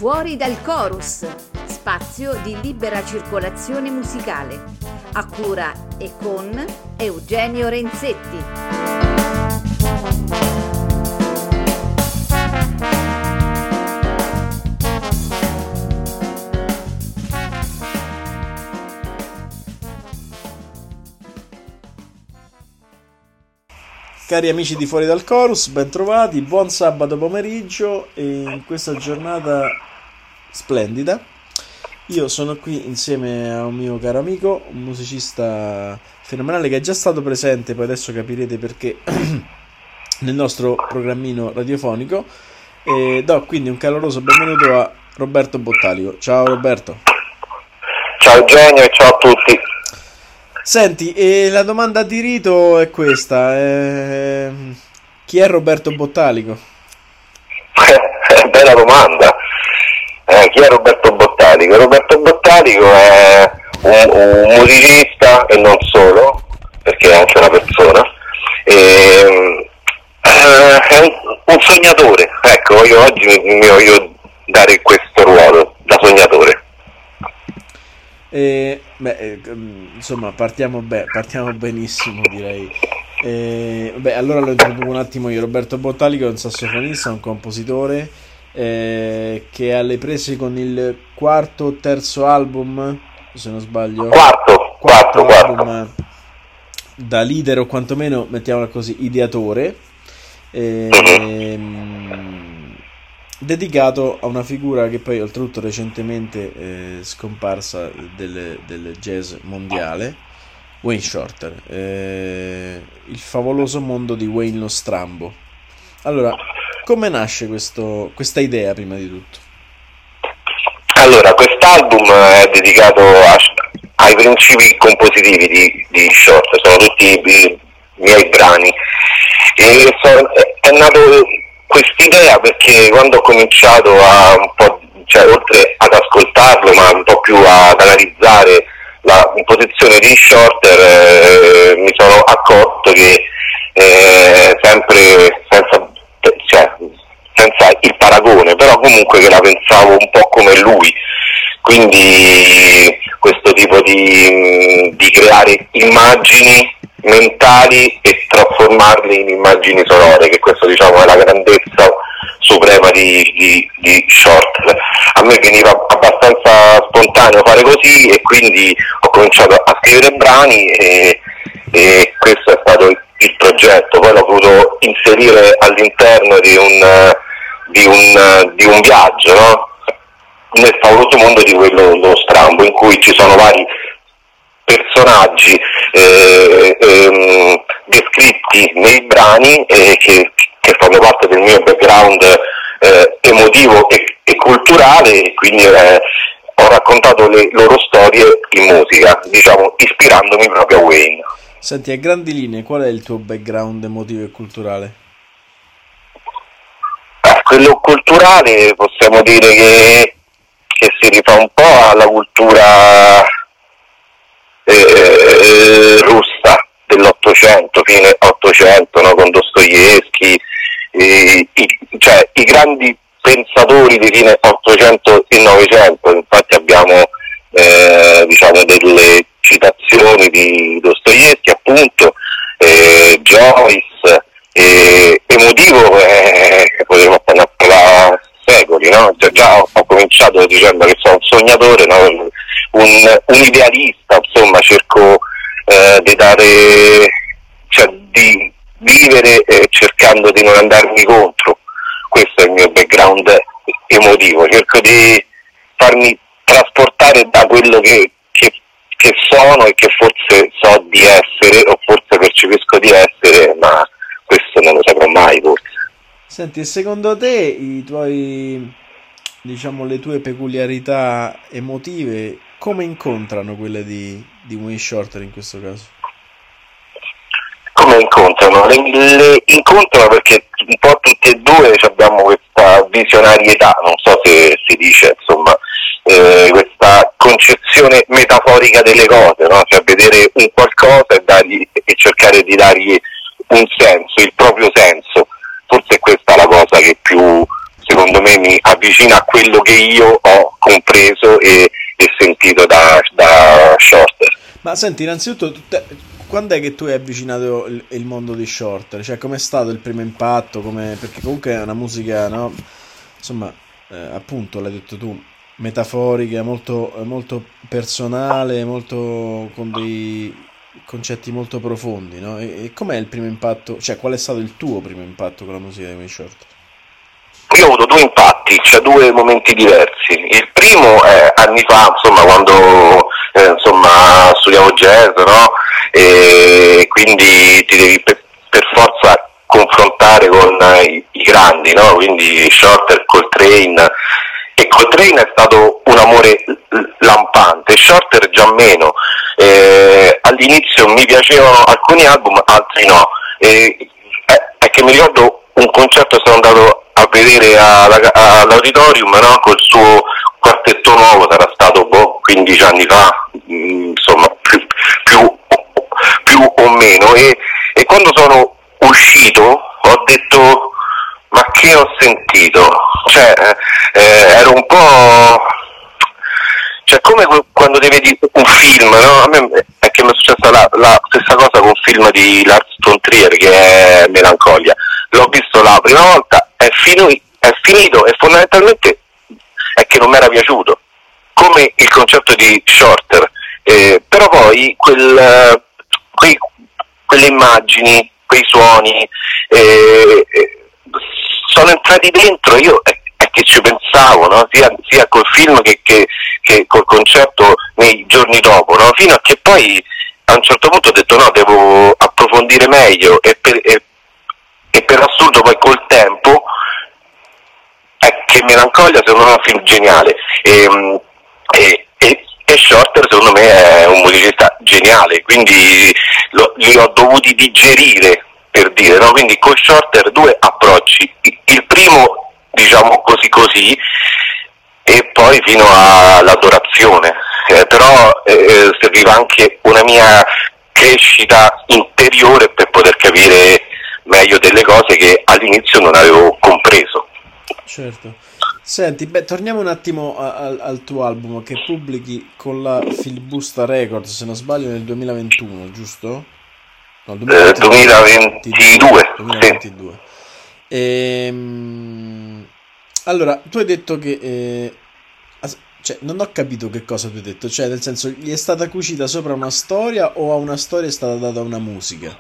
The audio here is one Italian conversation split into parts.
Fuori dal Chorus, spazio di libera circolazione musicale, a cura e con Eugenio Renzetti. Cari amici di Fuori dal Chorus, ben trovati, buon sabato pomeriggio e in questa giornata splendida io sono qui insieme a un mio caro amico, un musicista fenomenale che è già stato presente, poi adesso capirete perché, nel nostro programmino radiofonico, e do quindi un caloroso benvenuto a Roberto Bottalico. Ciao Roberto. Ciao Eugenio e ciao a tutti. Senti, la domanda di rito è questa, chi è Roberto Bottalico? Bella domanda, chi è Roberto Bottalico? Roberto Bottalico è un musicista e non solo, perché è anche una persona, è un sognatore, ecco, io oggi mi voglio dare questo ruolo, da sognatore. Insomma, partiamo benissimo, direi. Allora lo introduco un attimo io. Roberto Bottalico è un sassofonista, un compositore che è alle prese con il quarto o terzo album, se non sbaglio. Quarto album da leader, o quantomeno, mettiamola così, ideatore. Dedicato a una figura che poi oltretutto recentemente scomparsa del jazz mondiale, Wayne Shorter, il favoloso mondo di Wayne lo Strambo. Allora, come nasce questa idea prima di tutto? Allora, quest'album è dedicato ai principi compositivi di Shorter, sono tutti i miei brani e è nato quest'idea perché quando ho cominciato a un po', oltre ad ascoltarlo, ma un po' più ad analizzare la composizione di Shorter, mi sono accorto che sempre senza il paragone, però comunque che la pensavo un po' come lui, quindi questo tipo di creare immagini mentali e trasformarle in immagini sonore, che questo diciamo è la grandezza suprema di Shorter. A me veniva abbastanza spontaneo fare così e quindi ho cominciato a scrivere brani e questo è stato il progetto. Poi l'ho voluto inserire all'interno di un viaggio, no? Nel favoloso mondo di quello lo Strambo, in cui ci sono vari personaggi descritti nei brani che fanno parte del mio background emotivo e culturale, e quindi ho raccontato le loro storie in musica, diciamo ispirandomi proprio a Wayne. Senti, a grandi linee, qual è il tuo background emotivo e culturale? Quello culturale possiamo dire che si rifà un po' alla cultura russa dell'Ottocento, fine Ottocento, no? Con Dostoevskij, i grandi pensatori di fine Ottocento e Novecento. Infatti abbiamo delle citazioni di Dostoevskij, appunto, Joyce, emotivo, potremmo parlare secoli, no? Già ho cominciato dicendo che sono un sognatore, no? un idealista, insomma, cerco di vivere cercando di non andarmi contro. Questo è il mio background emotivo, cerco di farmi trasportare da quello che sono e che forse so di essere, o forse percepisco di essere, ma questo non lo saprò mai, forse. Senti, e secondo te le tue peculiarità emotive come incontrano quelle di Wayne Shorter in questo caso? Come incontrano? Le incontrano perché un po' tutti e due abbiamo questa visionarietà, non so se si dice, insomma, questa concezione metaforica delle cose, no? Cioè vedere un qualcosa e cercare di dargli un senso, il proprio senso. Forse questa è la cosa che più secondo me mi avvicina a quello che io ho compreso e sentito da Shorter. Ma senti, innanzitutto, quando è che tu hai avvicinato il mondo di Shorter? Cioè, com'è stato il primo impatto? Perché comunque è una musica, no? Insomma, appunto, l'hai detto tu, metaforica, molto, molto personale, molto con dei concetti molto profondi, no? E com'è il primo impatto? Cioè, qual è stato il tuo primo impatto con la musica di Shorter? Io ho avuto due impatti, cioè due momenti diversi. Il primo è anni fa, insomma, quando studiavo jazz, no? E quindi ti devi per forza confrontare con i grandi, no? Quindi Shorter, Coltrane, e Coltrane è stato un amore lampante, Shorter già meno. All'inizio mi piacevano alcuni album, altri no. È che mi ricordo un concerto, sono andato a vedere all'Auditorium, no? Col suo quartetto nuovo, sarà stato 15 anni fa, insomma più o meno, e quando sono uscito ho detto: ma che ho sentito? Cioè ero un po', cioè come quando ti vedi un film, no? A me è che mi è successa la stessa cosa con un film di Lars von Trier, che è Melancolia. L'ho visto la prima volta, è finito, e fondamentalmente è che non mi era piaciuto, come il concerto di Shorter, però poi quelle immagini, quei suoni sono entrati dentro. Io è che ci pensavo, no? sia col film che col concerto nei giorni dopo, no? Fino a che poi a un certo punto ho detto: no, devo approfondire meglio, e per assurdo poi col tempo è che Melancolia secondo me è un film geniale, e Shorter secondo me è un musicista geniale, quindi li ho dovuti digerire, per dire, no? Quindi con Shorter due approcci, il primo diciamo così e poi fino all'adorazione, però serviva anche una mia crescita interiore per poter capire meglio delle cose che all'inizio non avevo compreso. Certo. Senti, torniamo un attimo al tuo album, che pubblichi con la Filibusta Records, se non sbaglio, nel 2021, giusto? No, 2022. 2022. Allora, tu hai detto che cioè, non ho capito che cosa tu hai detto, cioè nel senso, gli è stata cucita sopra una storia o a una storia è stata data una musica?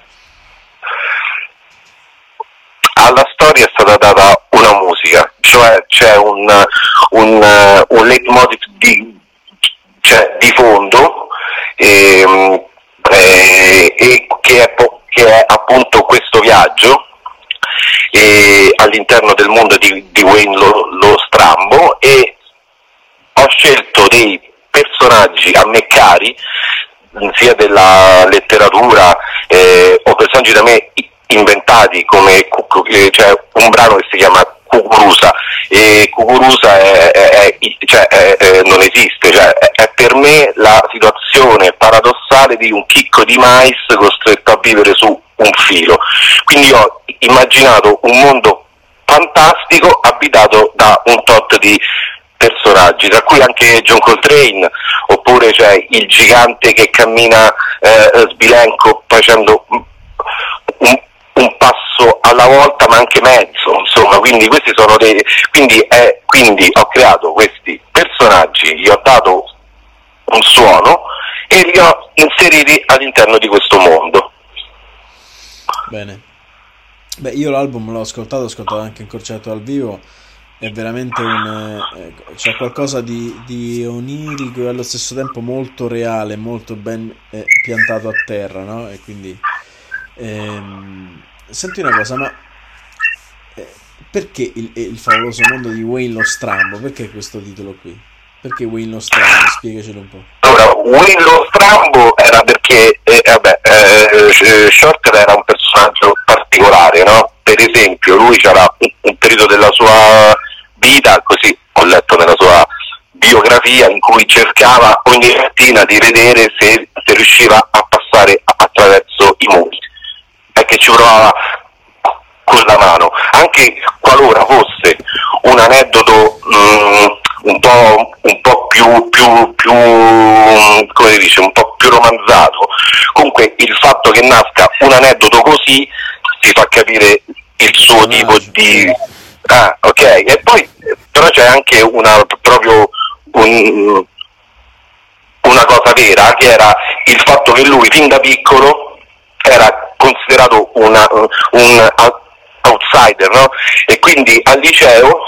Alla storia è stata data una musica, cioè c'è un leitmotiv di fondo, e che è appunto questo viaggio all'interno del mondo di Wayne lo Strambo, e ho scelto dei personaggi a me cari, sia della letteratura o personaggi da me inventati, come c'è un brano che si chiama Cucurusa, e Cucurusa non esiste, cioè è per me la situazione paradossale di un chicco di mais costretto a vivere su un filo. Quindi ho immaginato un mondo fantastico abitato da un tot di personaggi, tra cui anche John Coltrane, oppure c'è il gigante che cammina sbilenco facendo un passo alla volta, ma anche mezzo, insomma. Quindi questi sono quindi ho creato questi personaggi, gli ho dato un suono e li ho inseriti all'interno di questo mondo. Bene. Beh, io l'album l'ho ascoltato anche in concerto dal vivo, è veramente c'è qualcosa di onirico e allo stesso tempo molto reale, molto ben piantato a terra, no? E quindi senti una cosa, ma perché il favoloso mondo di Wayne lo Strambo? Perché questo titolo qui? Perché Wayne lo Strambo? Spiegacelo un po'. Allora, Wayne lo Strambo era perché Shorter era un personaggio particolare, no? Per esempio, lui c'era un periodo della sua vita, così ho letto nella sua biografia, in cui cercava ogni mattina di vedere se riusciva a passare attraverso i muri, e che ci provava con la mano, anche qualora fosse un aneddoto un po' più come si dice, un po' più romanzato, comunque il fatto che nasca un aneddoto così ti fa capire il suo tipo di... ok, e poi però c'è anche una cosa vera, che era il fatto che lui fin da piccolo era considerato un outsider, no? E quindi al liceo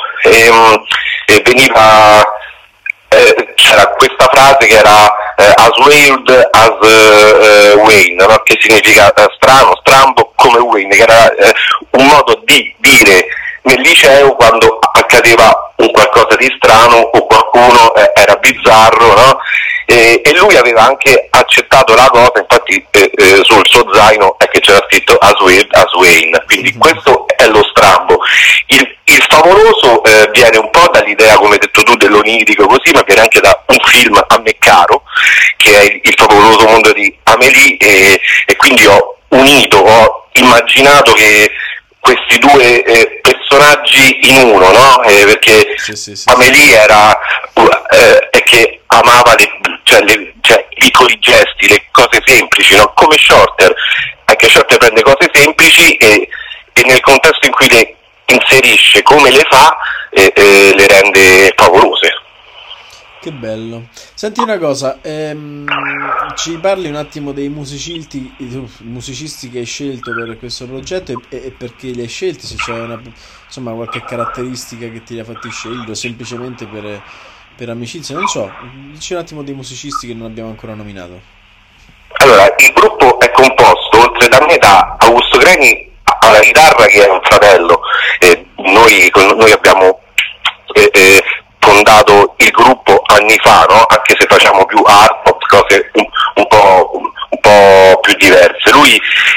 c'era questa frase che era as weird as Wayne, no? Che significa strano, strambo come Wayne, che era un modo di dire nel liceo quando accadeva un qualcosa di strano o qualcuno era bizzarro, no? E lui aveva anche accettato la cosa, infatti sul suo zaino è che c'era scritto as weird as Wayne, quindi questo è lo strambo. Il favoloso viene un po' dall'idea, come hai detto tu, dell'onirico così, ma viene anche da un film a me caro, che è il favoloso mondo di Amélie, e quindi ho immaginato che questi due personaggi in uno, no? Perché sì. Amélie era che amava i piccoli gesti, le cose semplici, no? Come Shorter, anche Shorter prende cose semplici e nel contesto in cui le inserisce, come le fa, le rende favolose. Che bello. Senti una cosa, ci parli un attimo dei musicisti che hai scelto per questo progetto e perché li hai scelti, se c'è qualche caratteristica che ti ha fatti scegliere o semplicemente per amicizia, non so, dici un attimo dei musicisti che non abbiamo ancora nominato. Allora, il gruppo è composto, oltre da me, da Augusto Greni alla chitarra, che è un fratello, noi abbiamo fondato il gruppo anni fa, no? Anche se facciamo più art pop, cose un po' più diverse. Lui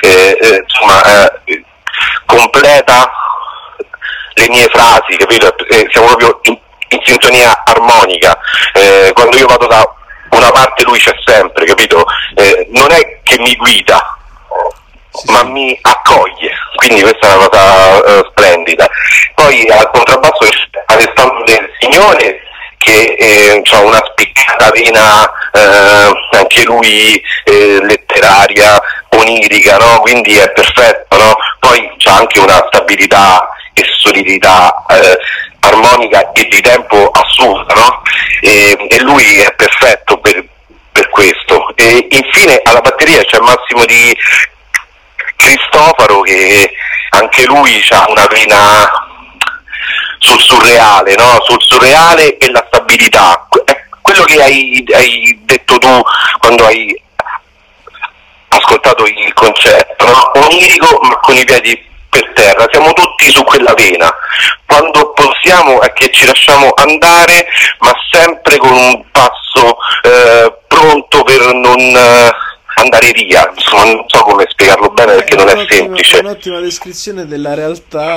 completa le mie frasi, capito? Siamo proprio in sintonia armonica. Quando io vado da una parte lui c'è sempre, capito? Non è che mi guida, ma mi accoglie, quindi questa è una cosa splendida. Poi al contrabbasso c'è Alessandro Del Signore, che ha una spiccata vena anche lui letteraria, onirica, no? Quindi è perfetto, no? Poi c'ha anche una stabilità e solidità armonica e di tempo assurda, no? E lui è perfetto per questo. E infine alla batteria c'è Massimo Di Cristofaro, che anche lui ha una vena sul surreale, no? Sul surreale e la stabilità. Quello che hai detto tu quando hai ascoltato il concetto, no? Onirico ma con i piedi per terra, siamo tutti su quella vena. Quando possiamo è che ci lasciamo andare, ma sempre con un passo pronto per non andare via. Insomma, non so come spiegarlo bene, perché non è semplice. È un'ottima descrizione della realtà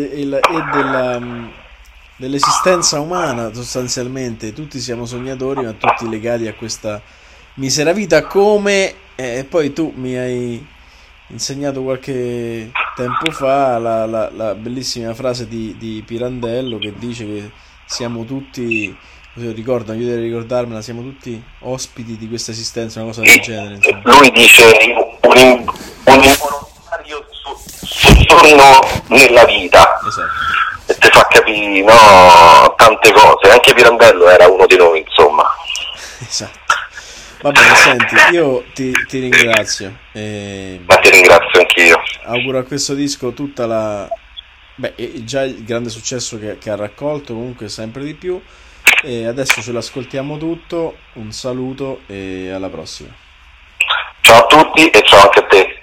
dell'esistenza umana, sostanzialmente. Tutti siamo sognatori, ma tutti legati a questa misera vita, come poi tu mi hai insegnato qualche tempo fa la bellissima frase di Pirandello, che dice che siamo tutti, ricordo, mi devi ricordarmela, siamo tutti ospiti di questa esistenza, una cosa del genere, insomma. Lui dice un involontario soggiorno nella vita. Esatto. E ti fa capire, no, tante cose. Anche Pirandello era uno di noi, insomma. Esatto. Va bene, senti, io ti ringrazio. Ma ti ringrazio anch'io. Auguro a questo disco tutta la... già il grande successo che ha raccolto, comunque sempre di più. E adesso ce l'ascoltiamo tutto. Un saluto e alla prossima. Ciao a tutti e ciao anche a te.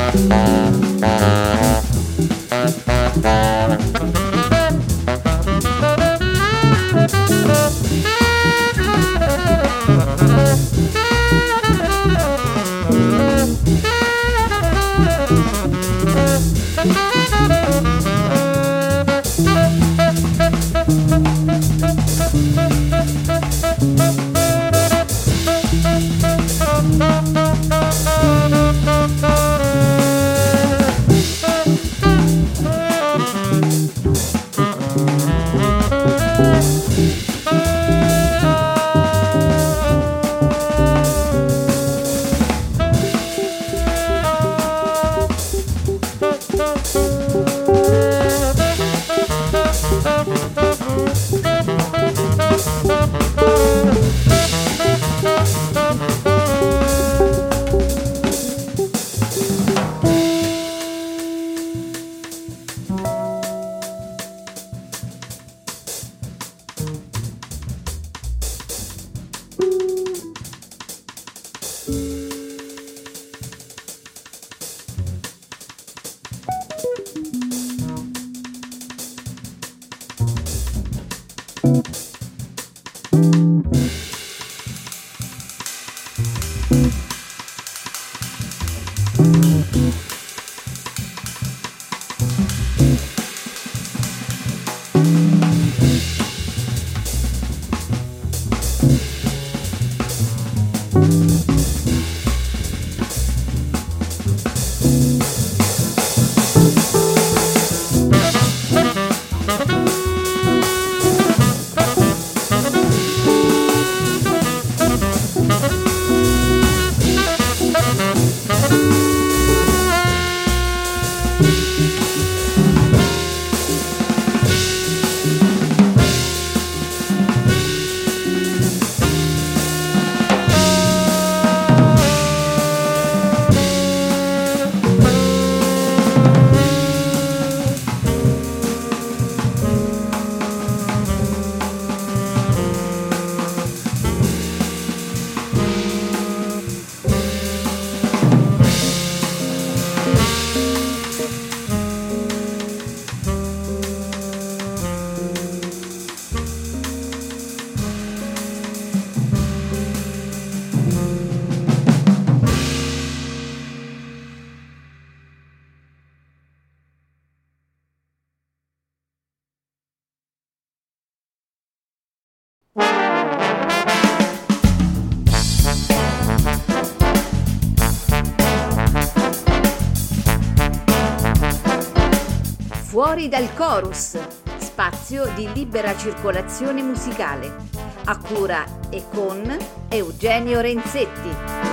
Fuori dal chorus, spazio di libera circolazione musicale, a cura e con Eugenio Renzetti.